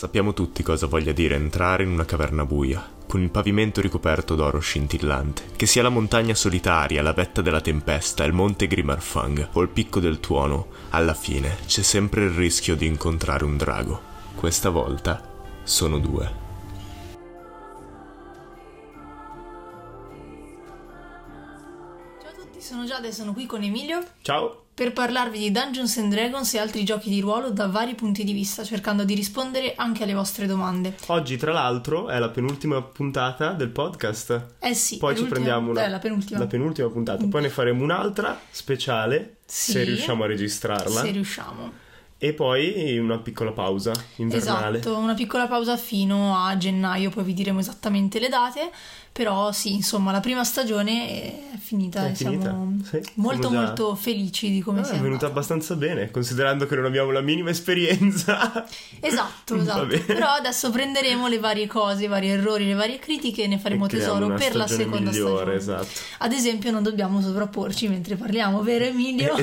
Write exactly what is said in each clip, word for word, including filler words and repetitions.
Sappiamo tutti cosa voglia dire entrare in una caverna buia, con il pavimento ricoperto d'oro scintillante. Che sia la montagna solitaria, la vetta della tempesta, il monte Grimarfang o il picco del tuono, alla fine c'è sempre il rischio di incontrare un drago. Questa volta sono due. Ciao a tutti, sono Giada e sono qui con Emilio. Ciao! Per parlarvi di Dungeons and Dragons e altri giochi di ruolo da vari punti di vista, cercando di rispondere anche alle vostre domande. Oggi, tra l'altro, è la penultima puntata del podcast. Eh sì, poi ci prendiamo una, eh, la penultima. la penultima puntata, poi ne faremo un'altra speciale, sì, se riusciamo a registrarla. Se riusciamo. E poi una piccola pausa invernale. Esatto, una piccola pausa fino a gennaio, poi vi diremo esattamente le date. Però sì, insomma, la prima stagione è finita è e finita. siamo Sì, molto siamo già... molto felici di come ah, sia è venuta andata. abbastanza bene, considerando che non abbiamo la minima esperienza. Esatto, esatto. Però adesso prenderemo le varie cose, i vari errori, le varie critiche e ne faremo e tesoro per la seconda migliore, stagione. Esatto. Ad esempio non dobbiamo sovrapporci mentre parliamo, vero Emilio?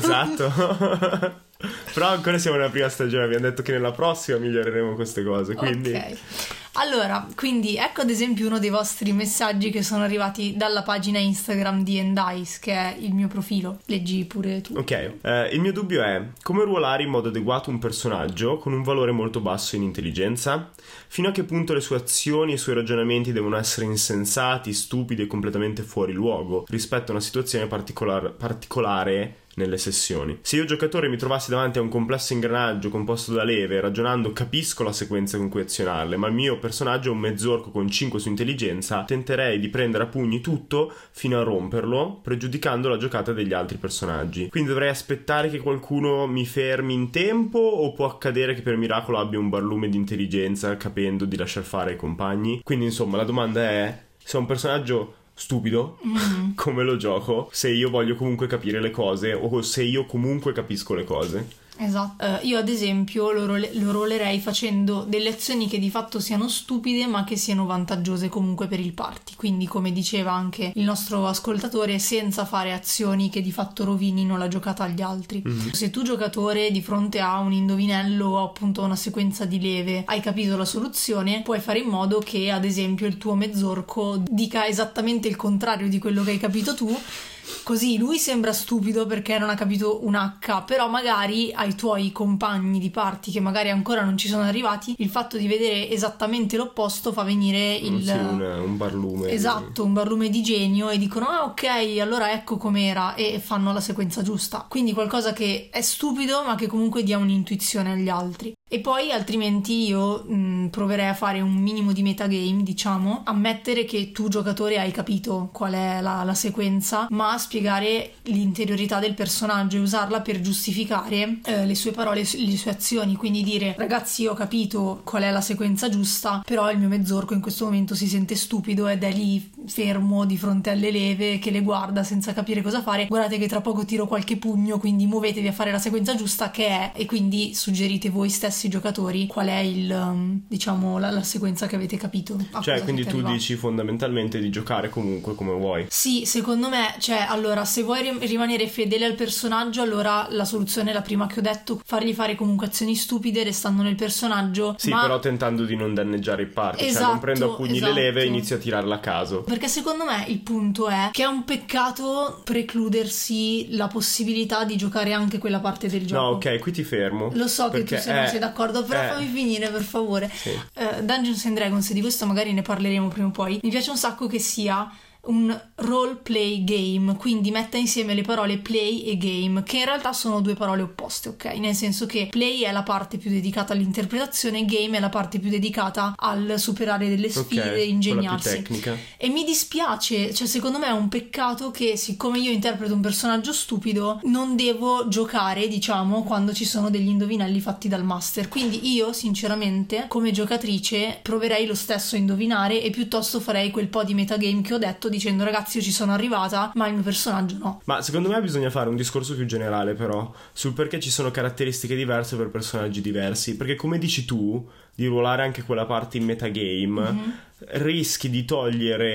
Esatto. Però ancora siamo nella prima stagione, abbiamo detto che nella prossima miglioreremo queste cose, quindi... Ok. Allora, quindi ecco ad esempio uno dei vostri messaggi che sono arrivati dalla pagina Instagram di Endice, che è il mio profilo. Leggi pure tu. Ok, eh, il mio dubbio è: come ruolare in modo adeguato un personaggio con un valore molto basso in intelligenza? Fino a che punto le sue azioni e i suoi ragionamenti devono essere insensati, stupidi e completamente fuori luogo rispetto a una situazione particolar- particolare nelle sessioni? Se io giocatore mi trovassi davanti a un complesso ingranaggio composto da leve, ragionando capisco la sequenza con cui azionarle, ma il mio personaggio è un mezzorco con cinque su intelligenza, tenterei di prendere a pugni tutto fino a romperlo, pregiudicando la giocata degli altri personaggi. Quindi dovrei aspettare che qualcuno mi fermi in tempo, o può accadere che per miracolo abbia un barlume di intelligenza capendo di lasciar fare ai compagni? Quindi insomma la domanda è: se ho un personaggio stupido, mm. come lo gioco? Se io voglio comunque capire le cose, o se io comunque capisco le cose. Esatto. Uh, io ad esempio lo, role- lo rolerei facendo delle azioni che di fatto siano stupide ma che siano vantaggiose comunque per il party, quindi come diceva anche il nostro ascoltatore, senza fare azioni che di fatto rovinino la giocata agli altri. Mm-hmm. Se tu giocatore di fronte a un indovinello o appunto a una sequenza di leve hai capito la soluzione, puoi fare in modo che ad esempio il tuo mezzorco dica esattamente il contrario di quello che hai capito tu. Così lui sembra stupido perché non ha capito un H, però magari ai tuoi compagni di party che magari ancora non ci sono arrivati, il fatto di vedere esattamente l'opposto fa venire il... Sì, un, un barlume. Esatto, un barlume di genio, e dicono ah ok, allora ecco com'era, e fanno la sequenza giusta. Quindi qualcosa che è stupido ma che comunque dia un'intuizione agli altri. E poi altrimenti io mh, proverei a fare un minimo di metagame, diciamo, ammettere che tu giocatore hai capito qual è la, la sequenza, ma spiegare l'interiorità del personaggio e usarla per giustificare eh, le sue parole, le sue azioni. Quindi dire: ragazzi, io ho capito qual è la sequenza giusta, però il mio mezzorco in questo momento si sente stupido ed è lì fermo di fronte alle leve che le guarda senza capire cosa fare. Guardate che tra poco tiro qualche pugno, quindi muovetevi a fare la sequenza giusta che è, e quindi suggerite voi stessi giocatori qual è il diciamo la, la sequenza che avete capito. Cioè quindi tu arrivate. Dici fondamentalmente di giocare comunque come vuoi. Sì, secondo me, cioè allora se vuoi rim- rimanere fedele al personaggio, allora la soluzione è la prima che ho detto: fargli fare comunque azioni stupide restando nel personaggio. Sì, ma... però tentando di non danneggiare il party. Esatto, cioè non prendo a pugni esatto. le leve e inizio a tirarla a caso. Perché secondo me il punto è che è un peccato precludersi la possibilità di giocare anche quella parte del gioco. No, ok, qui ti fermo. Lo so che tu se non sei d'accordo, però eh, fammi finire per favore. Sì. uh, Dungeons and Dragons, di questo magari ne parleremo prima o poi, mi piace un sacco che sia un role play game, quindi metta insieme le parole play e game, che in realtà sono due parole opposte, ok? Nel senso che play è la parte più dedicata all'interpretazione, game è la parte più dedicata al superare delle sfide, okay, ingegnarsi. Più tecnica. E mi dispiace, cioè secondo me è un peccato che, siccome io interpreto un personaggio stupido, non devo giocare, diciamo, quando ci sono degli indovinelli fatti dal master. Quindi io sinceramente come giocatrice proverei lo stesso a indovinare e piuttosto farei quel po' di metagame che ho detto, dicendo ragazzi io ci sono arrivata ma il mio personaggio no. Ma secondo me bisogna fare un discorso più generale però sul perché ci sono caratteristiche diverse per personaggi diversi, perché come dici tu di ruolare anche quella parte in metagame, mm-hmm. rischi di togliere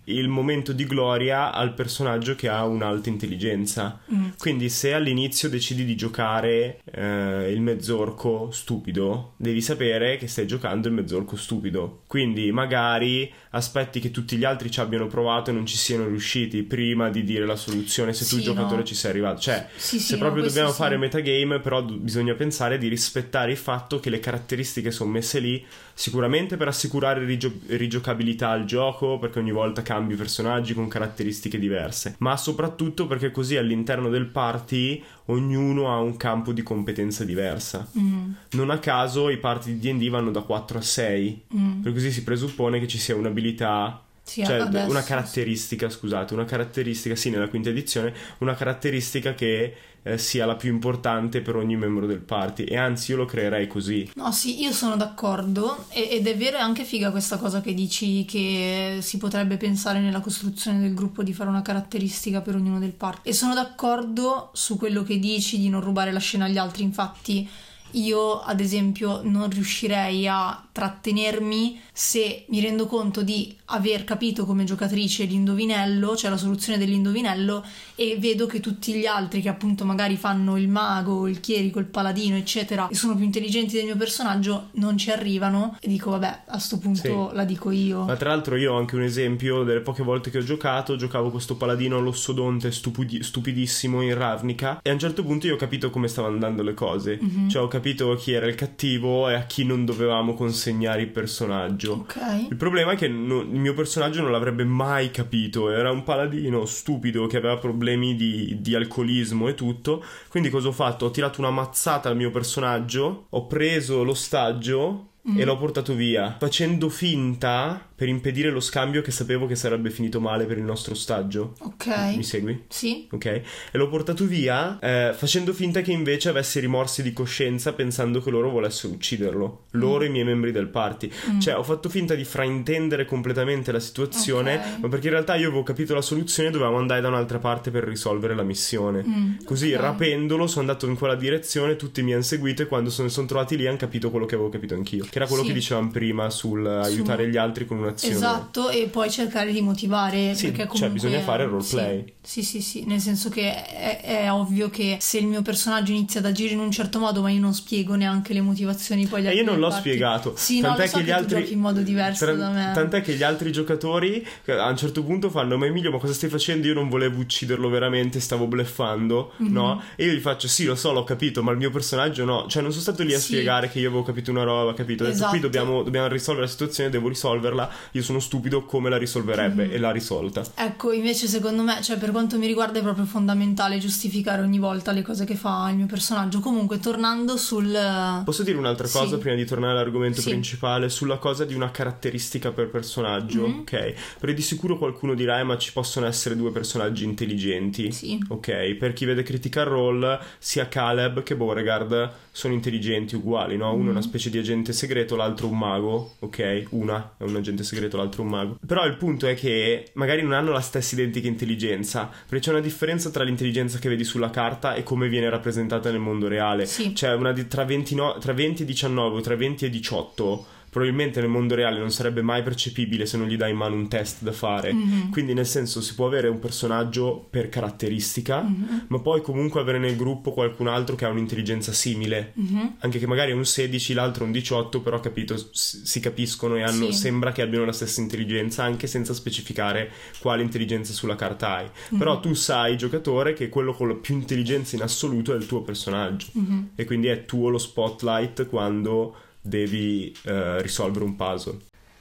il momento di gloria al personaggio che ha un'alta intelligenza. Mm. Quindi se all'inizio decidi di giocare eh, il mezzorco stupido, devi sapere che stai giocando il mezzorco stupido. Quindi magari aspetti che tutti gli altri ci abbiano provato e non ci siano riusciti prima di dire la soluzione, se tu sì, giocatore no. ci sei arrivato. Cioè, sì, sì, se proprio no, dobbiamo sì. fare metagame, però d- bisogna pensare di rispettare il fatto che le caratteristiche sono messe lì sicuramente per assicurare rigio- rigiocabilità al gioco, perché ogni volta cambi personaggi con caratteristiche diverse, ma soprattutto perché così all'interno del party ognuno ha un campo di competenza diversa. Mm. Non a caso i party di D and D vanno da quattro a sei, mm. per così si presuppone che ci sia un'abilità, sì, cioè adesso, una caratteristica, sì. scusate, una caratteristica, sì, nella quinta edizione, una caratteristica che eh, sia la più importante per ogni membro del party, e anzi io lo creerei così. No, sì, io sono d'accordo, e, ed è vero, è anche figa questa cosa che dici, che si potrebbe pensare nella costruzione del gruppo di fare una caratteristica per ognuno del party, e sono d'accordo su quello che dici di non rubare la scena agli altri. Infatti io ad esempio non riuscirei a trattenermi se mi rendo conto di aver capito come giocatrice l'indovinello, cioè la soluzione dell'indovinello, e vedo che tutti gli altri che appunto magari fanno il mago, il chierico, il paladino eccetera e sono più intelligenti del mio personaggio non ci arrivano, e dico vabbè, a sto punto sì. la dico io. Ma tra l'altro io ho anche un esempio delle poche volte che ho giocato. Giocavo questo paladino all'ossodonte stupidi- stupidissimo in Ravnica, e a un certo punto io ho capito come stavano andando le cose, mm-hmm. cioè ho capito chi era il cattivo e a chi non dovevamo consegnare il personaggio. Okay. Il problema è che no, il mio personaggio non l'avrebbe mai capito, era un paladino stupido che aveva problemi di, di alcolismo e tutto. Quindi cosa ho fatto? Ho tirato una mazzata al mio personaggio, ho preso l'ostaggio mm. e l'ho portato via, facendo finta, per impedire lo scambio, che sapevo che sarebbe finito male per il nostro ostaggio. Ok. Mi segui? Sì. Ok. E l'ho portato via eh, facendo finta che invece avessi rimorsi di coscienza, pensando che loro volessero ucciderlo, loro mm. e i miei membri del party. Mm. Cioè ho fatto finta di fraintendere completamente la situazione, okay. ma perché in realtà io avevo capito la soluzione e dovevamo andare da un'altra parte per risolvere la missione. Mm. Così, okay. rapendolo, sono andato in quella direzione, tutti mi hanno seguito, e quando sono, sono trovati lì hanno capito quello che avevo capito anch'io, che era quello sì. che dicevamo prima sul aiutare Su... gli altri con un'azione. Esatto, e poi cercare di motivare, sì, perché comunque cioè bisogna fare il roleplay. Sì, sì, sì, sì, nel senso che è, è ovvio che se il mio personaggio inizia ad agire in un certo modo, ma io non spiego neanche le motivazioni poi agli altri. E io non l'ho parti. spiegato. Sì, tant'è no, lo so che gli che altri tu giochi in modo diverso tra... da me. Tant'è che gli altri giocatori a un certo punto fanno: ma Emilio, ma cosa stai facendo? Io non volevo ucciderlo veramente, stavo bluffando, mm-hmm. no? E io gli faccio: sì, lo so, l'ho capito, ma il mio personaggio no. Cioè non sono stato lì a sì. spiegare che io avevo capito una roba, capito? Ho detto: esatto. qui dobbiamo, dobbiamo risolvere la situazione, devo risolverla, io sono stupido, come la risolverebbe? Mm-hmm. E l'ha risolta. Ecco, invece secondo me, cioè per quanto mi riguarda, è proprio fondamentale giustificare ogni volta le cose che fa il mio personaggio. Comunque, tornando sul... Posso dire un'altra cosa sì. prima di tornare all'argomento sì. principale, sulla cosa di una caratteristica per personaggio, mm-hmm. ok? Perché di sicuro qualcuno dirà: eh, ma ci possono essere due personaggi intelligenti, sì. ok? Per chi vede Critical Role, sia Caleb che Beauregard sono intelligenti uguali, no? Uno mm-hmm. è una specie di agente segreto, l'altro un mago, ok? Una è un agente segreto, l'altro un mago. Però il punto è che magari non hanno la stessa identica intelligenza, perché c'è una differenza tra l'intelligenza che vedi sulla carta e come viene rappresentata nel mondo reale. Sì. Cioè una di, tra, venti no, tra venti e diciannove o tra venti e diciotto probabilmente nel mondo reale non sarebbe mai percepibile se non gli dai in mano un test da fare. Mm-hmm. Quindi nel senso, si può avere un personaggio per caratteristica, mm-hmm. ma poi comunque avere nel gruppo qualcun altro che ha un'intelligenza simile, mm-hmm. anche che magari è un sedici, l'altro un diciotto, però capito, si capiscono e hanno, sì. sembra che abbiano la stessa intelligenza, anche senza specificare quale intelligenza sulla carta hai. Mm-hmm. Però tu sai, giocatore, che quello con la più intelligenza in assoluto è il tuo personaggio, mm-hmm. e quindi è tuo lo spotlight quando devi uh, risolvere un puzzle.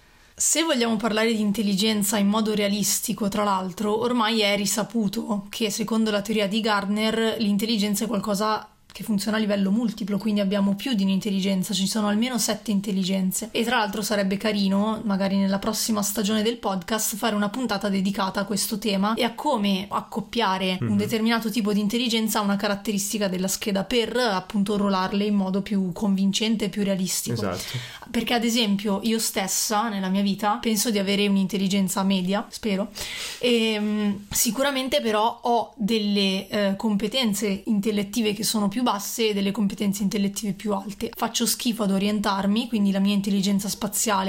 Se vogliamo parlare di intelligenza in modo realistico, tra l'altro, ormai è risaputo che secondo la teoria di Gardner l'intelligenza è qualcosa che funziona a livello multiplo, quindi abbiamo più di un'intelligenza, ci sono almeno sette intelligenze. E tra l'altro sarebbe carino, magari nella prossima stagione del podcast, fare una puntata dedicata a questo tema e a come accoppiare mm-hmm. un determinato tipo di intelligenza a una caratteristica della scheda per appunto rolarle in modo più convincente e più realistico. Esatto. Perché ad esempio io stessa nella mia vita penso di avere un'intelligenza media, spero, e um, sicuramente però ho delle uh, competenze intellettive che sono più basse e delle competenze intellettive più alte. Faccio schifo ad orientarmi, quindi la mia intelligenza spaziale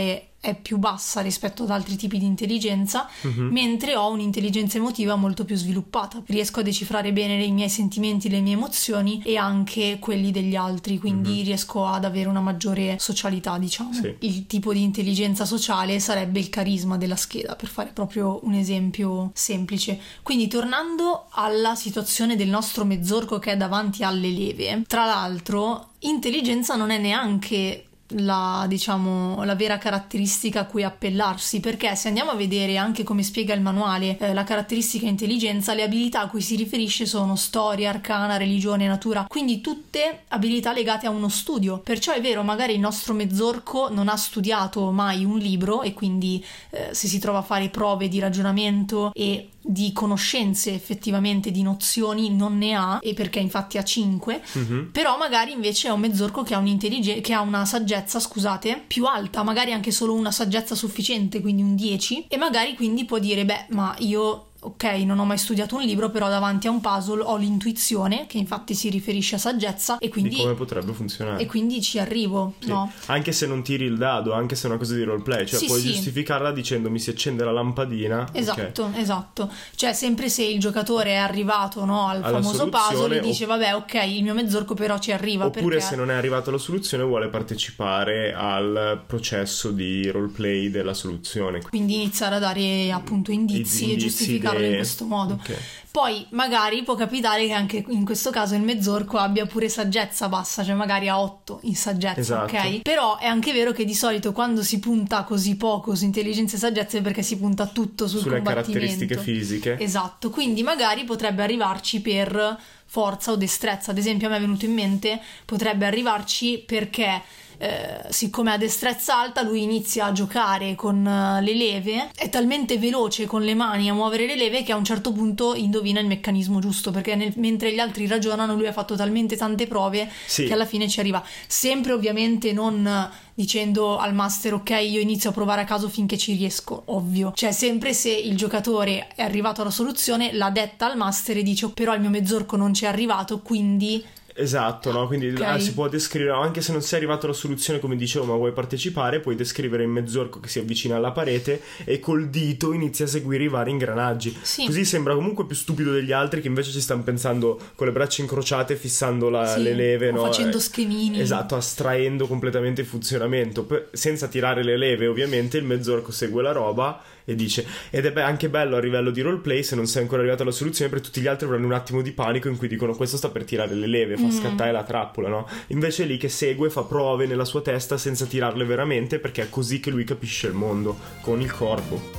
è più bassa rispetto ad altri tipi di intelligenza, Mhm. mentre ho un'intelligenza emotiva molto più sviluppata. Riesco a decifrare bene i miei sentimenti, le mie emozioni e anche quelli degli altri, quindi Mhm. riesco ad avere una maggiore socialità, diciamo. Sì. Il tipo di intelligenza sociale sarebbe il carisma della scheda, per fare proprio un esempio semplice. Quindi tornando alla situazione del nostro mezzorco che è davanti alle leve, tra l'altro intelligenza non è neanche la, diciamo, la vera caratteristica a cui appellarsi, perché se andiamo a vedere anche come spiega il manuale eh, la caratteristica intelligenza, le abilità a cui si riferisce sono storia, arcana, religione, natura, quindi tutte abilità legate a uno studio. Perciò è vero, magari il nostro mezzorco non ha studiato mai un libro e quindi eh, se si trova a fare prove di ragionamento e di conoscenze effettivamente, di nozioni, non ne ha, e perché infatti ha cinque, Mhm. però magari invece è un mezzorco che ha un'intelligenza, che ha una saggezza, scusate, più alta, magari anche solo una saggezza sufficiente, quindi un dieci, e magari quindi può dire, beh, ma io ok, non ho mai studiato un libro, però davanti a un puzzle ho l'intuizione, che infatti si riferisce a saggezza, e Di quindi, come potrebbe funzionare. e quindi ci arrivo, Sì. no? Anche se non tiri il dado, anche se è una cosa di roleplay, cioè Sì, puoi sì. giustificarla dicendo mi si accende la lampadina. ok. Esatto, esatto. Cioè, sempre se il giocatore è arrivato, no, al Alla famoso soluzione, puzzle, o- dice, vabbè, ok, il mio mezzorco però ci arriva, Oppure perché... se non è arrivato alla soluzione vuole partecipare al processo di roleplay della soluzione. Quindi iniziare a dare appunto indizi, Indizi, e giustificarlo idee. in questo modo. Ok. Poi magari può capitare che anche in questo caso il mezzorco abbia pure saggezza bassa, cioè magari ha otto in saggezza, Esatto. ok? Però è anche vero che di solito quando si punta così poco su intelligenza e saggezza è perché si punta tutto sul Sulle combattimento. caratteristiche fisiche. Esatto, quindi magari potrebbe arrivarci per forza o destrezza. Ad esempio a me è venuto in mente, potrebbe arrivarci perché eh, siccome ha destrezza alta lui inizia a giocare con eh, le leve, è talmente veloce con le mani a muovere le leve che a un certo punto indovina il meccanismo giusto, perché nel- mentre gli altri ragionano lui ha fatto talmente tante prove Sì. che alla fine ci arriva. Sempre ovviamente non eh, dicendo al master ok, io inizio a provare a caso finché ci riesco, ovvio, cioè sempre se il giocatore è arrivato alla soluzione l'ha detta al master e dice "Oh, però il mio mezzorco non ci è arrivato, quindi Esatto, no? Quindi Ok. ah, si può descrivere, anche se non sei arrivato alla soluzione come dicevo, ma vuoi partecipare, puoi descrivere il mezzorco che si avvicina alla parete e col dito inizia a seguire i vari ingranaggi. Sì. Così sembra comunque più stupido degli altri che invece ci stanno pensando con le braccia incrociate, fissando la- Sì, le leve, o no? facendo Eh, schemini. Esatto, astraendo completamente il funzionamento. Poi, senza tirare le leve, ovviamente, il mezzorco segue la roba e dice, ed è be- anche bello a livello di roleplay se non sei ancora arrivato alla soluzione, perché tutti gli altri avranno un attimo di panico in cui dicono questo sta per tirare le leve, fa Mm. scattare la trappola, no? Invece è lì che segue, fa prove nella sua testa senza tirarle veramente, perché è così che lui capisce il mondo, con il corpo.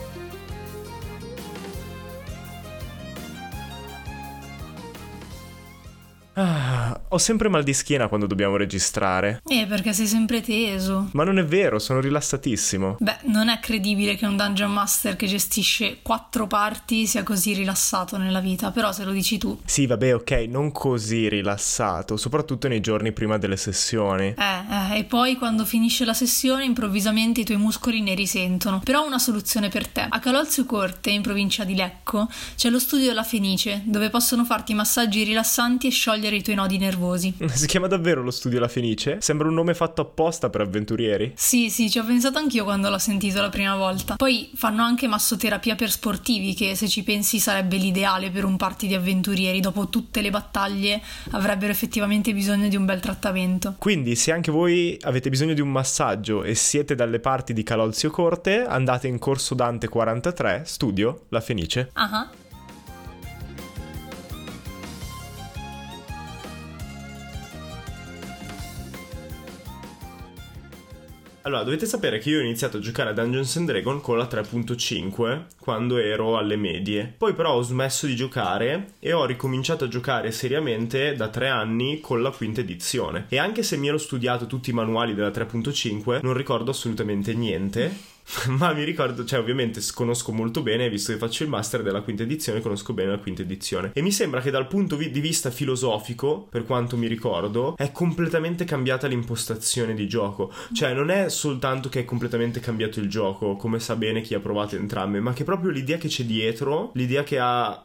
Ah, ho sempre mal di schiena quando dobbiamo registrare. Eh, perché sei sempre teso. Ma non è vero, sono rilassatissimo. Beh, non è credibile che un Dungeon Master che gestisce quattro parti sia così rilassato nella vita, però se lo dici tu. Sì, vabbè, ok, non così rilassato, soprattutto nei giorni prima delle sessioni. Eh, eh, e poi quando finisce la sessione improvvisamente i tuoi muscoli ne risentono. Però ho una soluzione per te. A Calolzio Corte, in provincia di Lecco, c'è lo studio La Fenice, dove possono farti massaggi rilassanti e sciogliere i tuoi nodi nervosi. Si chiama davvero lo studio La Fenice? Sembra un nome fatto apposta per avventurieri. Sì, sì, ci ho pensato anch'io quando l'ho sentito la prima volta. Poi fanno anche massoterapia per sportivi, che se ci pensi sarebbe l'ideale per un party di avventurieri. Dopo tutte le battaglie avrebbero effettivamente bisogno di un bel trattamento. Quindi se anche voi avete bisogno di un massaggio e siete dalle parti di Calolzio Corte, andate in Corso Dante quarantatré, studio La Fenice. Ah. Allora, dovete sapere che io ho iniziato a giocare a Dungeons and Dragons con la tre punto cinque quando ero alle medie. Poi però ho smesso di giocare e ho ricominciato a giocare seriamente da tre anni con la quinta edizione. E anche se mi ero studiato tutti i manuali della tre punto cinque, non ricordo assolutamente niente. Ma mi ricordo, cioè ovviamente conosco molto bene, visto che faccio il master della quinta edizione, conosco bene la quinta edizione. E mi sembra che dal punto di vista filosofico, per quanto mi ricordo, è completamente cambiata l'impostazione di gioco. Cioè non è soltanto che è completamente cambiato il gioco, come sa bene chi ha provato entrambe, ma che proprio l'idea che c'è dietro, l'idea che ha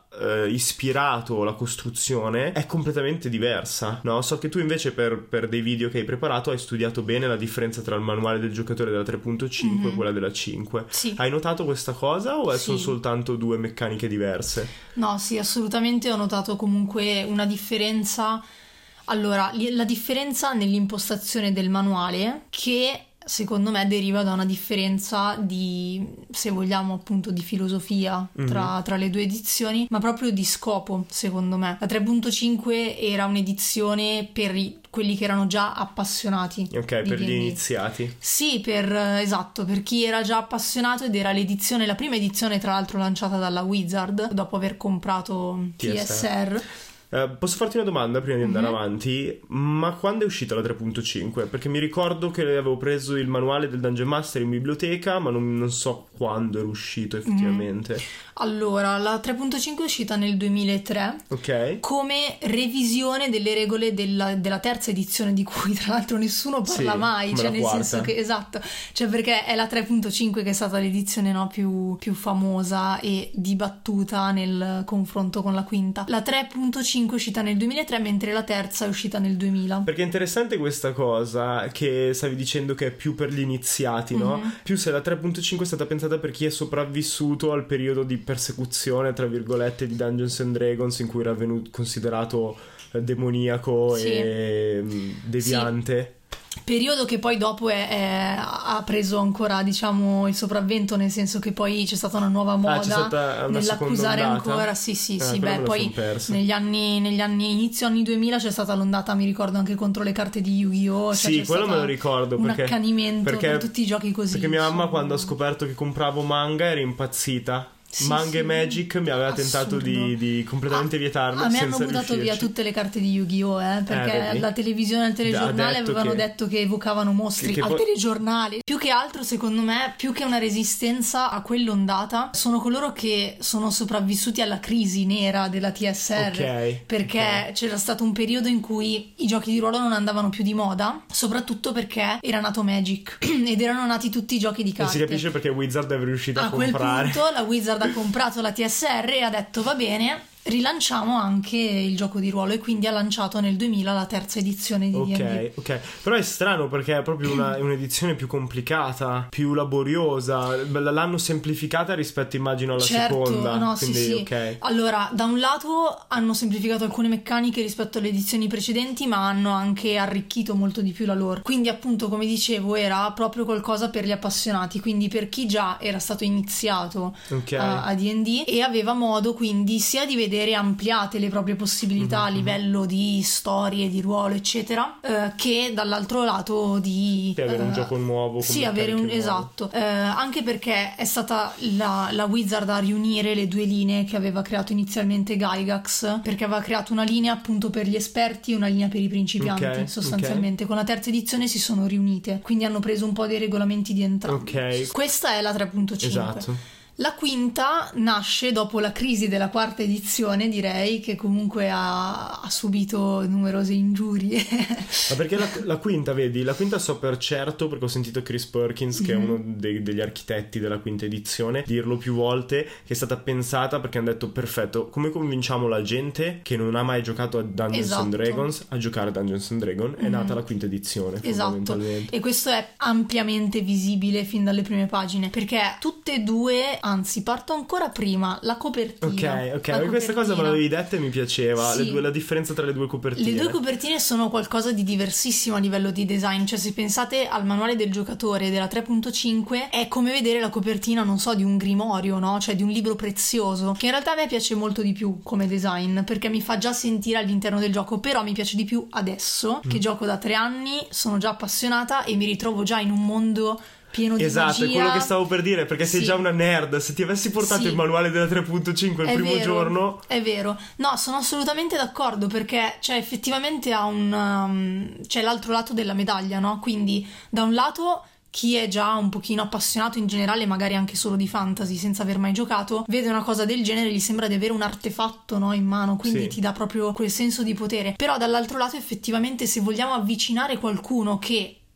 eh, ispirato la costruzione è completamente diversa, no? So che tu invece per, per dei video che hai preparato hai studiato bene la differenza tra il manuale del giocatore della tre punto cinque mm-hmm. e quella della cinque. Sì. Hai notato questa cosa o sì. sono soltanto due meccaniche diverse? No, sì, assolutamente ho notato comunque una differenza. Allora, la differenza nell'impostazione del manuale, che secondo me deriva da una differenza di, se vogliamo appunto, di filosofia tra, mm-hmm. tra le due edizioni, ma proprio di scopo, secondo me. La tre punto cinque era un'edizione per i, quelli che erano già appassionati. Ok, per D and D. Gli iniziati. Sì, per, esatto, per chi era già appassionato, ed era l'edizione, la prima edizione tra l'altro lanciata dalla Wizard, dopo aver comprato T S R. Uh, posso farti una domanda prima di andare mm-hmm. avanti? Ma quando è uscita la tre punto cinque? Perché mi ricordo che avevo preso il manuale del Dungeon Master in biblioteca, ma non, non so quando era uscito effettivamente. Mm. Allora, la tre punto cinque è uscita nel duemilatré, ok, come revisione delle regole della, della terza edizione, di cui tra l'altro nessuno parla sì, mai, cioè nel quarta. senso che, esatto, cioè perché è la tre punto cinque che è stata l'edizione, no, più, più famosa e dibattuta nel confronto con la quinta. La tre punto cinque è uscita nel duemilatré, mentre la terza è uscita nel duemila. Perché è interessante questa cosa che stavi dicendo che è più per gli iniziati, no? Mm-hmm. Più se la tre punto cinque è stata pensata per chi è sopravvissuto al periodo di persecuzione, tra virgolette, di Dungeons and Dragons, in cui era venuto considerato eh, demoniaco sì. e mh, deviante. Sì. Periodo che poi dopo è, è, ha preso ancora, diciamo, il sopravvento, nel senso che poi c'è stata una nuova moda, ah, c'è stata una nell'accusare ancora, sì sì ah, sì, beh poi negli anni, negli anni inizio anni duemila c'è stata l'ondata, mi ricordo, anche contro le carte di Yu-Gi-Oh! Cioè sì, quello me lo ricordo, un perché, accanimento perché, per tutti i giochi così. Perché mia mamma, sono... quando ha scoperto che compravo manga, era impazzita. Sì, Manga sì. e Magic mi aveva Assurdo. tentato di, di completamente a, vietarlo. A me senza hanno buttato riuscirci. via tutte le carte di Yu-Gi-Oh! Eh, perché eh, la televisione e il telegiornale detto avevano che... detto che evocavano mostri che, che al poi... telegiornale. Più che altro, secondo me, più che una resistenza a quell'ondata, sono coloro che sono sopravvissuti alla crisi nera della T S R. Okay, perché okay. c'era stato un periodo in cui i giochi di ruolo non andavano più di moda, soprattutto perché era nato Magic ed erano nati tutti i giochi di carte. E si capisce perché Wizard è riuscita a, a comprare. A quel punto la Wizard ha comprato la T S R e ha detto va bene, rilanciamo anche il gioco di ruolo, e quindi ha lanciato nel duemila la terza edizione di ok, D and D. ok, però è strano perché è proprio una, un'edizione più complicata, più laboriosa, l'hanno semplificata rispetto, immagino, alla certo, seconda. No, quindi, sì, sì. Okay. Allora, da un lato hanno semplificato alcune meccaniche rispetto alle edizioni precedenti, ma hanno anche arricchito molto di più la lore. Quindi, appunto, come dicevo, era proprio qualcosa per gli appassionati, quindi per chi già era stato iniziato okay. a, a D and D e aveva modo quindi sia di vedere ampliate le proprie possibilità mm-hmm. a livello di storie, di ruolo, eccetera, eh, che dall'altro lato di sì, avere eh, un gioco nuovo, sì, avere un esatto, eh, anche perché è stata la, la Wizard a riunire le due linee che aveva creato inizialmente Gygax, perché aveva creato una linea appunto per gli esperti e una linea per i principianti, okay, sostanzialmente okay. Con la terza edizione si sono riunite, quindi hanno preso un po' dei regolamenti di entrambi. Okay. Questa è la tre punto cinque. Esatto. La quinta nasce dopo la crisi della quarta edizione, direi, che comunque ha, ha subito numerose ingiurie. Ma perché la, la quinta, vedi, la quinta so per certo, perché ho sentito Chris Perkins, che mm-hmm. è uno dei, degli architetti della quinta edizione, dirlo più volte, che è stata pensata perché hanno detto perfetto, come convinciamo la gente che non ha mai giocato a Dungeons esatto. and Dragons a giocare a Dungeons and Dragons? È mm-hmm. nata la quinta edizione, esatto. E questo è ampiamente visibile fin dalle prime pagine, perché tutte e due, anzi parto ancora prima, la copertina. Ok, ok, copertina. Questa cosa me l'avevi detta e mi piaceva, sì. le due, la differenza tra le due copertine. Le due copertine sono qualcosa di diversissimo a livello di design, cioè se pensate al manuale del giocatore della tre punto cinque è come vedere la copertina, non so, di un grimorio, no? Cioè di un libro prezioso, che in realtà a me piace molto di più come design, perché mi fa già sentire all'interno del gioco, però mi piace di più adesso, mm. che gioco da tre anni, sono già appassionata e mi ritrovo già in un mondo pieno di esatto, magia. È quello che stavo per dire, perché sei sì. già una nerd. Se ti avessi portato sì. il manuale della tre punto cinque il è primo vero, giorno è vero, no, sono assolutamente d'accordo, perché cioè effettivamente ha un um, c'è l'altro lato della medaglia, no? Quindi da un lato chi è già un pochino appassionato in generale, magari anche solo di fantasy, senza aver mai giocato, vede una cosa del genere, gli sembra di avere un artefatto, no, in mano, quindi sì. ti dà proprio quel senso di potere. Però dall'altro lato effettivamente, se vogliamo avvicinare qualcuno che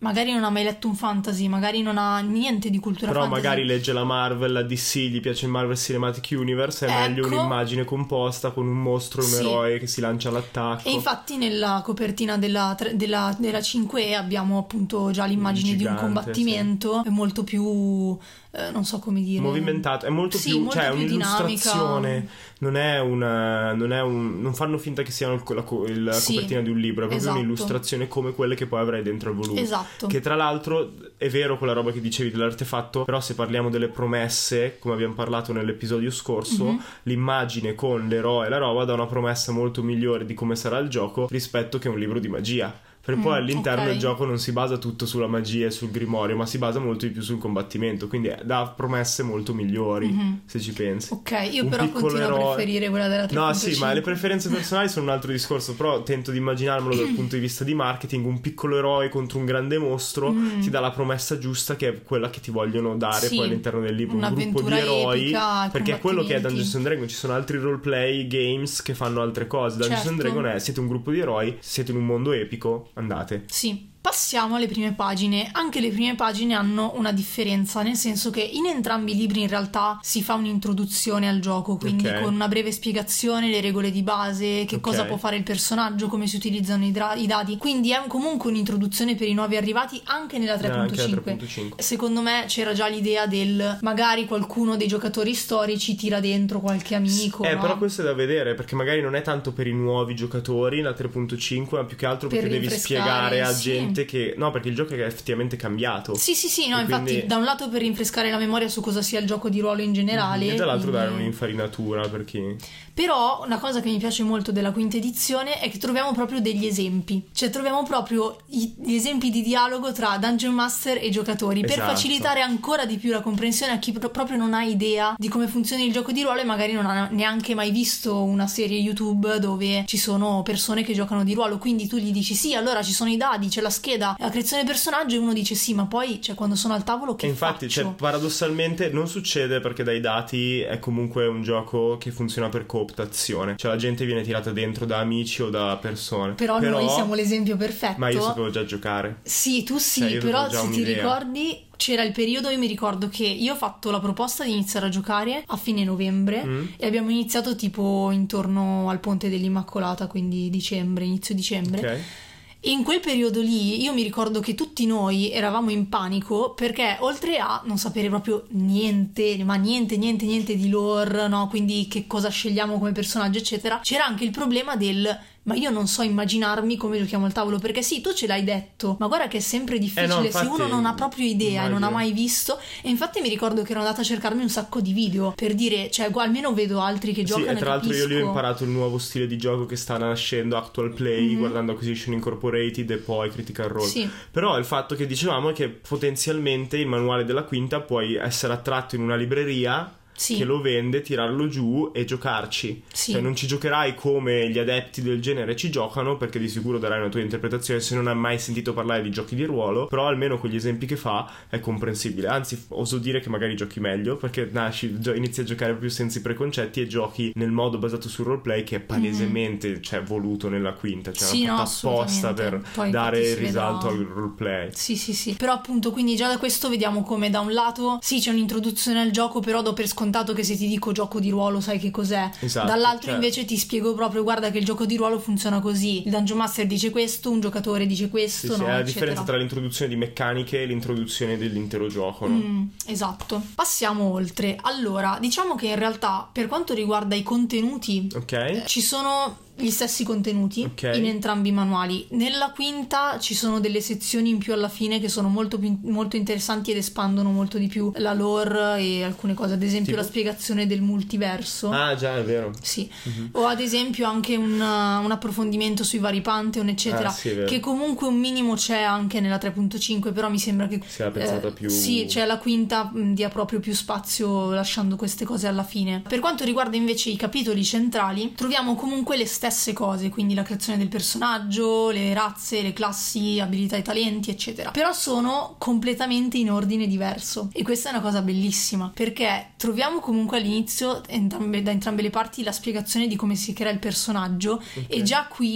magari non ha mai letto un fantasy, magari non ha niente di cultura però fantasy, magari legge la Marvel, la D C, gli piace il Marvel Cinematic Universe, è ecco, meglio un'immagine composta con un mostro, un sì. eroe che si lancia all'attacco. E infatti nella copertina della, della, della cinque E abbiamo appunto già l'immagine Gigante, di un combattimento, sì. È molto più eh, non so come dire, movimentato, è molto sì, più, molto cioè è più un'illustrazione, dinamica. non è una, non è un, non fanno finta che sia il, la, la sì, copertina di un libro, è proprio esatto. un'illustrazione come quelle che poi avrai dentro il volume. Esatto. Che tra l'altro è vero quella roba che dicevi dell'artefatto, però se parliamo delle promesse, come abbiamo parlato nell'episodio scorso, mm-hmm. l'immagine con l'eroe e la roba dà una promessa molto migliore di come sarà il gioco rispetto che un libro di magia. Per poi mm, all'interno okay. del gioco non si basa tutto sulla magia e sul grimorio, ma si basa molto di più sul combattimento, quindi dà promesse molto migliori, mm-hmm. se ci pensi. Ok, io un però continuo eroe... a preferire quella della tre punto cinque. No, sì, ma le preferenze personali sono un altro discorso, però tento di immaginarmelo dal punto di vista di marketing. Un piccolo eroe contro un grande mostro mm. ti dà la promessa giusta, che è quella che ti vogliono dare sì, poi all'interno del libro, un gruppo di eroi, epica, perché è quello che è Dungeons and Dragons. Ci sono altri roleplay games che fanno altre cose. Dungeons certo. and Dragons è siete un gruppo di eroi, siete in un mondo epico, andate. Sì. Passiamo alle prime pagine. Anche le prime pagine hanno una differenza, nel senso che in entrambi i libri in realtà si fa un'introduzione al gioco, quindi okay. con una breve spiegazione, le regole di base, che okay. cosa può fare il personaggio, come si utilizzano i, dra- i dadi. Quindi è comunque un'introduzione per i nuovi arrivati anche nella tre punto cinque. Secondo me c'era già l'idea del magari qualcuno dei giocatori storici tira dentro qualche amico. Eh, no? però questo è da vedere, perché magari non è tanto per i nuovi giocatori la tre punto cinque, ma più che altro perché per devi spiegare a sì. gente che no, perché il gioco è effettivamente cambiato. Sì, sì, sì, no, e infatti quindi... da un lato per rinfrescare la memoria su cosa sia il gioco di ruolo in generale, e dall'altro quindi... dare un'infarinatura per chi... Però una cosa che mi piace molto della quinta edizione è che troviamo proprio degli esempi, cioè troviamo proprio gli esempi di dialogo tra Dungeon Master e giocatori, esatto. per facilitare ancora di più la comprensione a chi pro- proprio non ha idea di come funzioni il gioco di ruolo e magari non ha neanche mai visto una serie YouTube dove ci sono persone che giocano di ruolo. Quindi tu gli dici sì, allora ci sono i dadi, c'è la scheda, la creazione del personaggio, e uno dice sì, ma poi cioè, quando sono al tavolo che e infatti faccio? Cioè, paradossalmente non succede, perché dai dati è comunque un gioco che funziona per cooptazione, cioè la gente viene tirata dentro da amici o da persone. Però, però noi siamo l'esempio perfetto. Ma io sapevo già giocare. Sì, tu sì, cioè, però se un'idea. ti ricordi c'era il periodo, io mi ricordo che io ho fatto la proposta di iniziare a giocare a fine novembre mm. e abbiamo iniziato tipo intorno al Ponte dell'Immacolata, quindi dicembre, inizio dicembre. Ok. E in quel periodo lì io mi ricordo che tutti noi eravamo in panico, perché oltre a non sapere proprio niente, ma niente, niente, niente di lore, no? Quindi che cosa scegliamo come personaggio, eccetera, c'era anche il problema del... ma io non so immaginarmi come giochiamo al tavolo, perché sì, tu ce l'hai detto, ma guarda che è sempre difficile eh no, infatti, se uno non ha proprio idea e non ha mai visto. E infatti mi ricordo che ero andata a cercarmi un sacco di video per dire, cioè almeno vedo altri che giocano. Sì, e tra l'altro capisco. io lì ho imparato il nuovo stile di gioco che sta nascendo, Actual Play, mm-hmm. guardando Acquisition Incorporated e poi Critical Role. Sì. Però il fatto che dicevamo è che potenzialmente il manuale della quinta puoi essere attratto in una libreria sì. che lo vende, tirarlo giù e giocarci. Sì. Cioè non ci giocherai come gli adepti del genere ci giocano, perché di sicuro darai una tua interpretazione se non hai mai sentito parlare di giochi di ruolo, però almeno con gli esempi che fa è comprensibile. Anzi, oso dire che magari giochi meglio, perché nasci, inizi a giocare proprio senza i preconcetti e giochi nel modo basato sul roleplay, che è palesemente mm-hmm. cioè, voluto nella quinta, cioè sì, no, apposta per poi dare il risalto vedrà... al roleplay. Sì, sì, sì. Però appunto, quindi già da questo vediamo come da un lato sì, c'è un'introduzione al gioco, però do per scontato che se ti dico gioco di ruolo sai che cos'è. Esatto, dall'altro cioè... invece ti spiego proprio, guarda che il gioco di ruolo funziona così, il Dungeon Master dice questo, un giocatore dice questo, sì, no, sì, è la eccetera. differenza tra l'introduzione di meccaniche e l'introduzione dell'intero gioco, no? Mm, esatto. Passiamo oltre. Allora, diciamo che in realtà per quanto riguarda i contenuti, ok, ci sono gli stessi contenuti okay. in entrambi i manuali. Nella quinta ci sono delle sezioni in più alla fine che sono molto più, molto interessanti ed espandono molto di più la lore e alcune cose, ad esempio tipo? La spiegazione del multiverso. Ah già, è vero. Sì, mm-hmm. o ad esempio anche un, un approfondimento sui vari Pantheon eccetera, ah, sì, che comunque un minimo c'è anche nella tre punto cinque, però mi sembra che sia pensata eh, più sì, cioè la quinta mh, dia proprio più spazio lasciando queste cose alla fine. Per quanto riguarda invece i capitoli centrali, troviamo comunque le stesse cose, quindi la creazione del personaggio, le razze, le classi, abilità e talenti eccetera, però sono completamente in ordine diverso, e questa è una cosa bellissima, perché troviamo comunque all'inizio entrambe, da entrambe le parti la spiegazione di come si crea il personaggio, okay. e già qui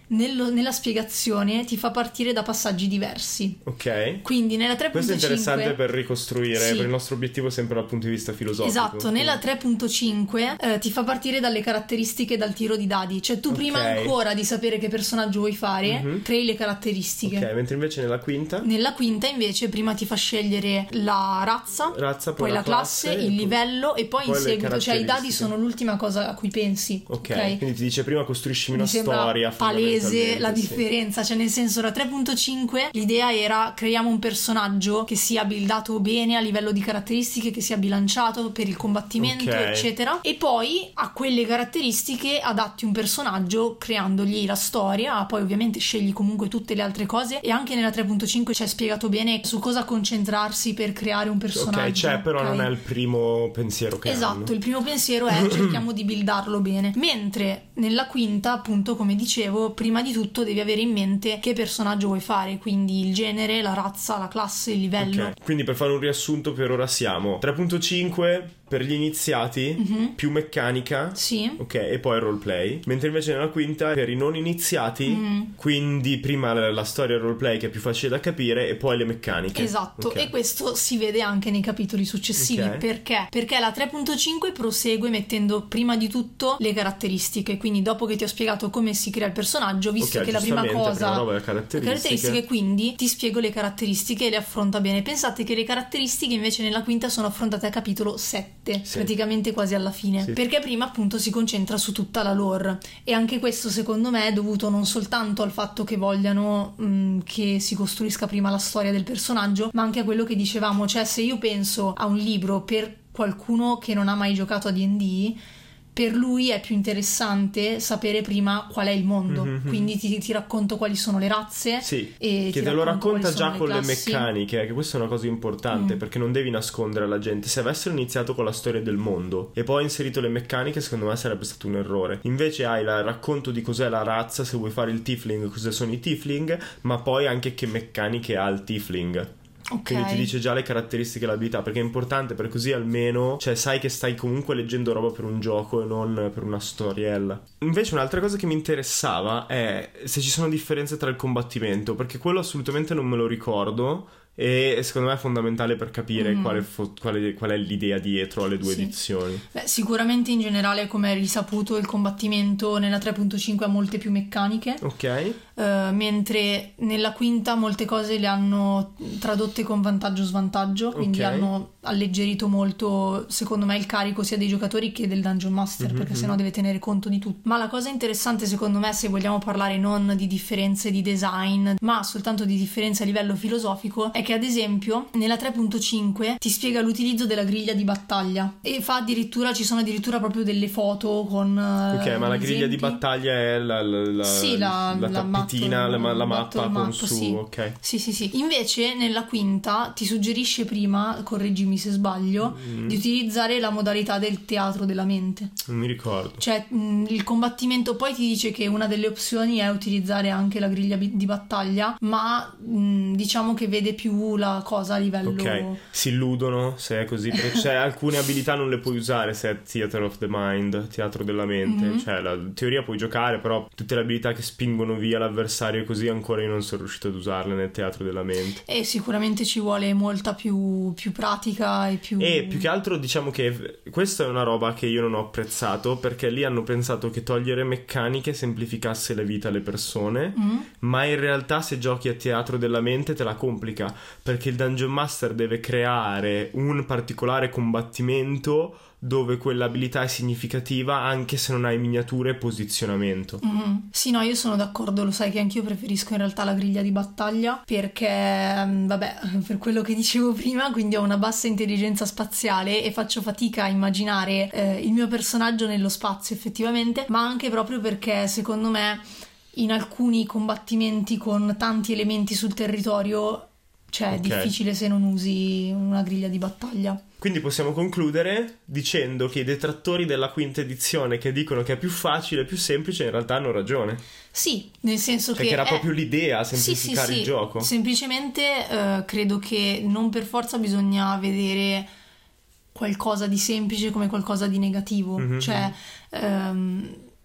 nello, nella spiegazione ti fa partire da passaggi diversi. Ok. Quindi nella tre punto cinque... Questo è interessante per ricostruire, sì. per il nostro obiettivo sempre dal punto di vista filosofico. Esatto, nella tre punto cinque eh, ti fa partire dalle caratteristiche dal tiro di dadi. Cioè tu okay. prima ancora di sapere che personaggio vuoi fare, mm-hmm. crei le caratteristiche. Ok, mentre invece nella quinta? Nella quinta invece prima ti fa scegliere la razza, razza poi, poi la classe, classe il poi, livello e poi, poi in seguito, cioè i dadi sono l'ultima cosa a cui pensi. Ok, okay? Quindi ti dice prima costruiscimi una Mi storia. Palese la sì. differenza, cioè nel senso la tre punto cinque l'idea era creiamo un personaggio che sia buildato bene a livello di caratteristiche, che sia bilanciato per il combattimento, okay. eccetera, e poi a quelle caratteristiche adatti un personaggio creandogli la storia, poi ovviamente scegli comunque tutte le altre cose e anche nella tre punto cinque c'è spiegato bene su cosa concentrarsi per creare un personaggio. Ok, c'è, però okay? non è il primo pensiero che esatto, hanno. Il primo pensiero è cerchiamo di buildarlo bene, mentre nella quinta, appunto, come dicevo, prima di tutto devi avere in mente che personaggio vuoi fare, quindi il genere, la razza, la classe, il livello. Okay. Quindi per fare un riassunto, per ora siamo tre punto cinque per gli iniziati, mm-hmm. più meccanica, sì. ok, e poi roleplay, mentre invece nella quinta per i non iniziati, mm. quindi prima la, la storia roleplay che è più facile da capire e poi le meccaniche. Esatto, okay. e questo si vede anche nei capitoli successivi. Okay. Perché? Perché la tre punto cinque prosegue mettendo prima di tutto le caratteristiche, quindi dopo che ti ho spiegato come si crea il personaggio, visto okay, che la prima cosa prima roba, le caratteristiche. le caratteristiche, quindi ti spiego le caratteristiche e le affronta bene. Pensate che le caratteristiche invece nella quinta sono affrontate a capitolo sette, sì. praticamente quasi alla fine, sì. perché prima appunto si concentra su tutta la lore, e anche questo secondo me è dovuto non soltanto al fatto che vogliano mh, che si costruisca prima la storia del personaggio, ma anche a quello che dicevamo, cioè se io penso a un libro per qualcuno che non ha mai giocato a D and D, per lui è più interessante sapere prima qual è il mondo, mm-hmm. quindi ti, ti racconto quali sono le razze, sì, e che ti te lo racconta già le con classi. le meccaniche, che questa è una cosa importante, mm. perché non devi nascondere alla gente. Se avessero iniziato con la storia del mondo e poi inserito le meccaniche, secondo me sarebbe stato un errore. Invece hai il racconto di cos'è la razza, se vuoi fare il tiefling, cosa sono i tiefling, ma poi anche che meccaniche ha il tiefling. Okay. Quindi ti dice già le caratteristiche e l'abilità, perché è importante, per così almeno, cioè, sai che stai comunque leggendo roba per un gioco e non per una storiella. Invece un'altra cosa che mi interessava è se ci sono differenze tra il combattimento, perché quello assolutamente non me lo ricordo e secondo me è fondamentale per capire mm. quale, fo- quale, qual è l'idea dietro alle due sì. edizioni. Beh, sicuramente in generale, come è risaputo, il combattimento nella tre punto cinque ha molte più meccaniche, ok, uh, mentre nella quinta molte cose le hanno tradotte con vantaggio-svantaggio, quindi okay. hanno alleggerito molto, secondo me, il carico sia dei giocatori che del Dungeon Master, mm-hmm. perché sennò deve tenere conto di tutto. Ma la cosa interessante, secondo me, se vogliamo parlare non di differenze di design, ma soltanto di differenze a livello filosofico, è che ad esempio nella tre punto cinque ti spiega l'utilizzo della griglia di battaglia e fa addirittura, ci sono addirittura proprio delle foto con ok, uh, ma la esempi. griglia di battaglia è la, la, la, sì, la, la, la tappetina, la, la, la mappa con map, su sì. ok. Sì, sì, sì. Invece nella quinta ti suggerisce prima, correggimi se sbaglio, mm. di utilizzare la modalità del teatro della mente. Non mi ricordo. Cioè mh, il combattimento, poi ti dice che una delle opzioni è utilizzare anche la griglia di battaglia, ma mh, diciamo che vede più la cosa a livello... Ok, si illudono se è così, perché cioè, alcune abilità non le puoi usare se è Theater of the Mind, teatro della mente, mm-hmm. cioè la teoria puoi giocare, però tutte le abilità che spingono via l'avversario e così ancora io non sono riuscito ad usarle nel teatro della mente. E sicuramente ci vuole molta più, più pratica e più... E più che altro diciamo che questa è una roba che io non ho apprezzato, perché lì hanno pensato che togliere meccaniche semplificasse la vita alle persone, mm-hmm. ma in realtà se giochi a teatro della mente te la complica, perché il Dungeon Master deve creare un particolare combattimento dove quell'abilità è significativa anche se non hai miniature e posizionamento. Mm-hmm. Sì, no, io sono d'accordo, lo sai che anch'io preferisco in realtà la griglia di battaglia perché, vabbè, per quello che dicevo prima, quindi ho una bassa intelligenza spaziale e faccio fatica a immaginare eh, il mio personaggio nello spazio effettivamente, ma anche proprio perché secondo me in alcuni combattimenti con tanti elementi sul territorio, cioè, okay. è difficile se non usi una griglia di battaglia. Quindi possiamo concludere dicendo che i detrattori della quinta edizione che dicono che è più facile e più semplice in realtà hanno ragione. Sì, nel senso cioè che... che era è... proprio l'idea, semplificare sì, sì, il sì. gioco. Semplicemente eh, credo che non per forza bisogna vedere qualcosa di semplice come qualcosa di negativo. Mm-hmm. Cioè... Ehm...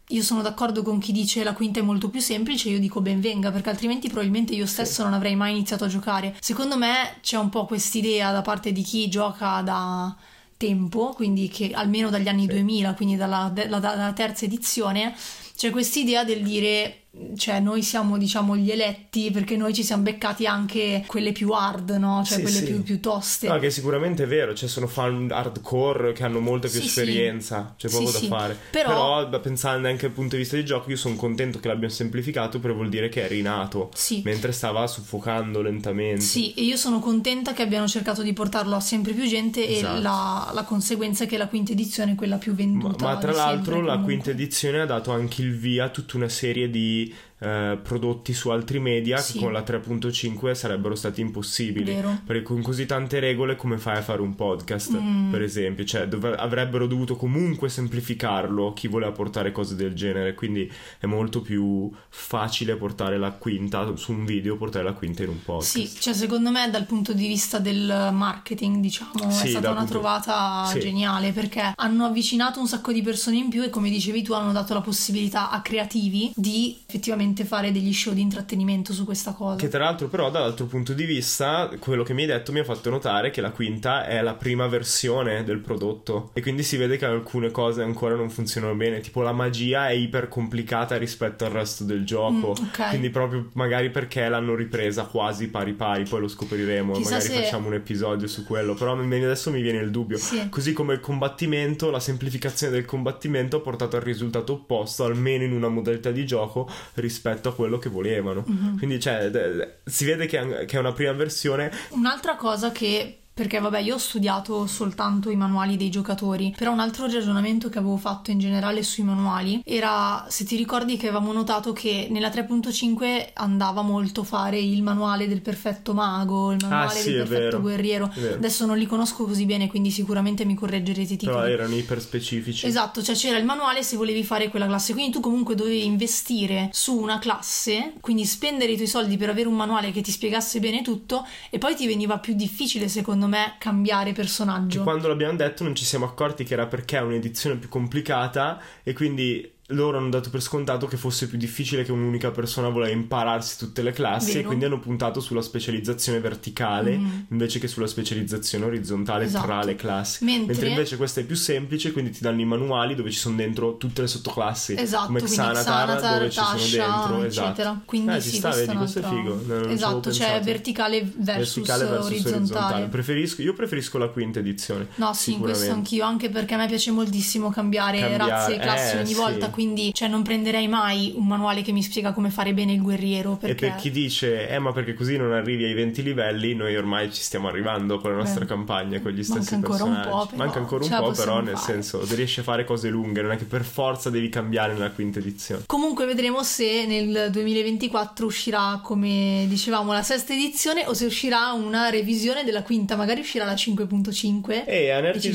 io sono d'accordo con chi dice la quinta è molto più semplice, io dico ben venga, perché altrimenti probabilmente io stesso sì. non avrei mai iniziato a giocare. Secondo me c'è un po' quest'idea da parte di chi gioca da tempo, quindi che almeno dagli anni sì. duemila, quindi dalla, dalla, dalla terza edizione, c'è quest'idea del dire, cioè noi siamo diciamo gli eletti perché noi ci siamo beccati anche quelle più hard, no? Cioè sì, quelle sì. più, più toste. No, che sicuramente è vero, cioè sono fan hardcore che hanno molta più sì, esperienza, sì. c'è poco sì, da sì. fare. Però, Però pensando anche dal punto di vista di gioco, io sono contento che l'abbiano semplificato, perché vuol dire che è rinato, sì. mentre stava soffocando lentamente. Sì, e io sono contenta che abbiano cercato di portarlo a sempre più gente esatto. e la, la conseguenza è che la quinta edizione è quella più venduta. Ma, ma tra l'altro sempre, la quinta edizione ha dato anche il via a tutta una serie di Eh, prodotti su altri media sì. che con la tre punto cinque sarebbero stati impossibili. Vero. Perché con così tante regole come fai a fare un podcast mm. per esempio, cioè dov- avrebbero dovuto comunque semplificarlo chi voleva portare cose del genere, quindi è molto più facile portare la quinta su un video, portare la quinta in un podcast. Sì, cioè secondo me dal punto di vista del marketing diciamo sì, è stata una punto... trovata sì. geniale, perché hanno avvicinato un sacco di persone in più e come dicevi tu hanno dato la possibilità a creativi di effettivamente fare degli show di intrattenimento su questa cosa. Che tra l'altro però dall'altro punto di vista quello che mi hai detto mi ha fatto notare che la quinta è la prima versione del prodotto e quindi si vede che alcune cose ancora non funzionano bene, tipo la magia è iper complicata rispetto al resto del gioco mm, okay. quindi proprio magari perché l'hanno ripresa quasi pari pari, poi lo scopriremo. Chissà magari se... facciamo un episodio su quello, però adesso mi viene il dubbio sì. così come il combattimento, la semplificazione del combattimento ha portato al risultato opposto almeno in una modalità di gioco rispetto rispetto a quello che volevano mm-hmm. quindi cioè d- si vede che è, che è una prima versione. Un'altra cosa che perché vabbè io ho studiato soltanto i manuali dei giocatori, però un altro ragionamento che avevo fatto in generale sui manuali era, se ti ricordi che avevamo notato che nella tre punto cinque andava molto fare il manuale del perfetto mago, il manuale ah, sì, del perfetto vero, guerriero, adesso non li conosco così bene quindi sicuramente mi correggerete i titoli, però erano iper specifici. Esatto, cioè c'era il manuale se volevi fare quella classe, quindi tu comunque dovevi investire su una classe, quindi spendere i tuoi soldi per avere un manuale che ti spiegasse bene tutto e poi ti veniva più difficile secondo me cambiare personaggio. Che quando l'abbiamo detto non ci siamo accorti che era perché è un'edizione più complicata e quindi loro hanno dato per scontato che fosse più difficile che un'unica persona voleva impararsi tutte le classi. Vero. E quindi hanno puntato sulla specializzazione verticale mm. invece che sulla specializzazione orizzontale esatto. tra le classi, mentre... mentre invece questa è più semplice, quindi ti danno i manuali dove ci sono dentro tutte le sottoclassi esatto, come Xanatar, Xanatar dove Tasha, ci sono dentro eccetera. Esatto. Quindi eh, sì, ci sta, vedi, questo è figo. Non esatto, cioè verticale versus, verticale versus orizzontale, orizzontale. Preferisco, io preferisco la quinta edizione. No sì, in questo anch'io, anche perché a me piace moltissimo cambiare, cambiare razze e classi eh, ogni sì. volta, quindi cioè non prenderei mai un manuale che mi spiega come fare bene il guerriero, perché... E per chi dice eh ma perché così non arrivi ai venti livelli, noi ormai ci stiamo arrivando con la nostra Beh, campagna con gli stessi manca ancora personaggi un po', però, manca ancora un po' però nel fare. senso riesci a fare cose lunghe, non è che per forza devi cambiare nella quinta edizione. Comunque vedremo se nel duemilaventiquattro uscirà, come dicevamo, la sesta edizione o se uscirà una revisione della quinta, magari uscirà la cinque punto cinque e Anarchy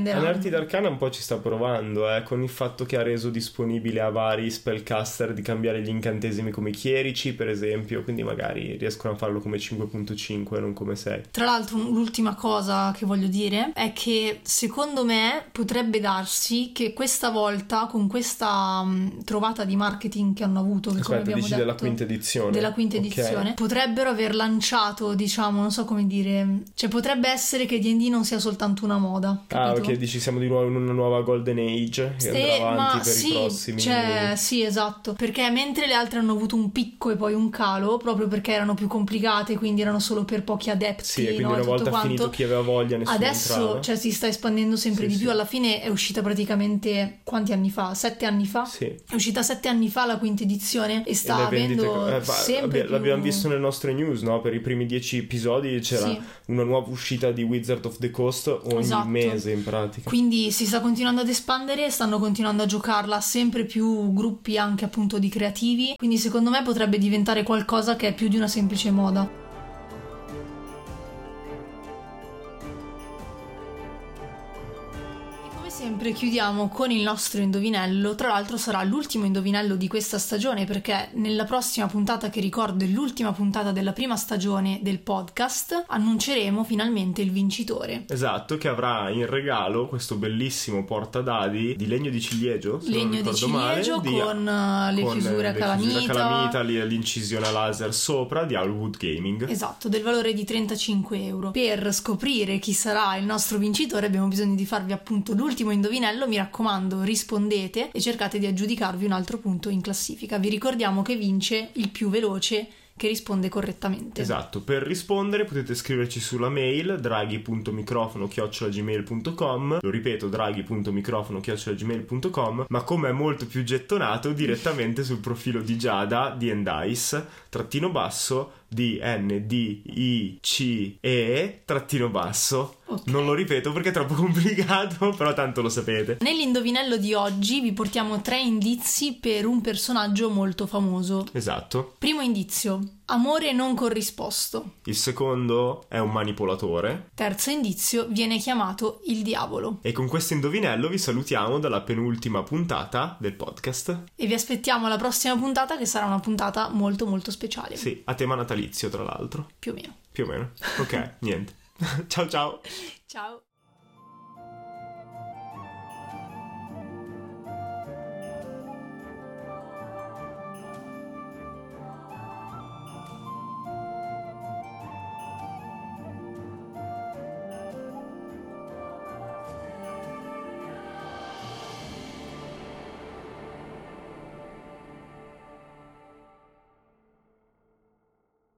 Arcana un po' ci sta provando eh, con il fatto che ha reso disponibile a vari spellcaster di cambiare gli incantesimi come chierici per esempio, quindi magari riescono a farlo come cinque punto cinque non come sei. Tra l'altro l'ultima cosa che voglio dire è che secondo me potrebbe darsi che questa volta con questa um, trovata di marketing che hanno avuto, che Aspetta, come abbiamo dici detto, della quinta edizione della quinta okay. edizione potrebbero aver lanciato, diciamo, non so come dire, cioè potrebbe essere che D and D non sia soltanto una moda, capito? Ah ok, dici siamo di nuovo in una nuova golden age che sì, andrà avanti per sì, i prossimi cioè, sì esatto, perché mentre le altre hanno avuto un picco e poi un calo proprio perché erano più complicate, quindi erano solo per pochi adepti, sì, e quindi no, una volta quanto. finito chi aveva voglia nessuno adesso entrava. Cioè si sta espandendo sempre sì, di più sì. Alla fine è uscita praticamente quanti anni fa? Sette anni fa? Sì. È uscita sette anni fa la quinta edizione e sta e avendo vendite... eh, sempre abbia, l'abbiamo più... visto nelle nostre news, no? Per i primi dieci episodi c'era sì. una nuova uscita di Wizard of the Coast ogni esatto. mese in pratica, quindi si sta continuando ad espandere, stanno continuando a giocarla sempre più gruppi anche appunto di creativi, quindi secondo me potrebbe diventare qualcosa che è più di una semplice moda. Sempre chiudiamo con il nostro indovinello. Tra l'altro sarà l'ultimo indovinello di questa stagione, perché nella prossima puntata, che ricordo è l'ultima puntata della prima stagione del podcast, annunceremo finalmente il vincitore. Esatto, che avrà in regalo questo bellissimo portadadi di legno di ciliegio, se legno non di ciliegio di, con uh, le con chiusure a le calamita, chiusure a calamita, l'incisione a laser sopra di Hollywood Gaming. Esatto, del valore di trentacinque euro. Per scoprire chi sarà il nostro vincitore abbiamo bisogno di farvi appunto l'ultimo indovinello. Mi raccomando, rispondete e cercate di aggiudicarvi un altro punto in classifica. Vi ricordiamo che vince il più veloce che risponde correttamente. Esatto, per rispondere potete scriverci sulla mail draghi punto microfono chiocciola gmail punto com, lo ripeto, draghi punto microfono chiocciola gmail punto com, ma come è molto più gettonato, direttamente sul profilo di Giada di Endice, trattino basso D N D I C E trattino basso. Okay. Non lo ripeto perché è troppo complicato, però tanto lo sapete. Nell'indovinello di oggi vi portiamo tre indizi per un personaggio molto famoso. Esatto. Primo indizio: amore non corrisposto. Il secondo è un manipolatore. Terzo indizio: viene chiamato il diavolo. E con questo indovinello vi salutiamo dalla penultima puntata del podcast. E vi aspettiamo alla prossima puntata, che sarà una puntata molto molto speciale. Sì, a tema natalizio tra l'altro. Più o meno. Più o meno. Ok, niente. Ciao ciao. Ciao.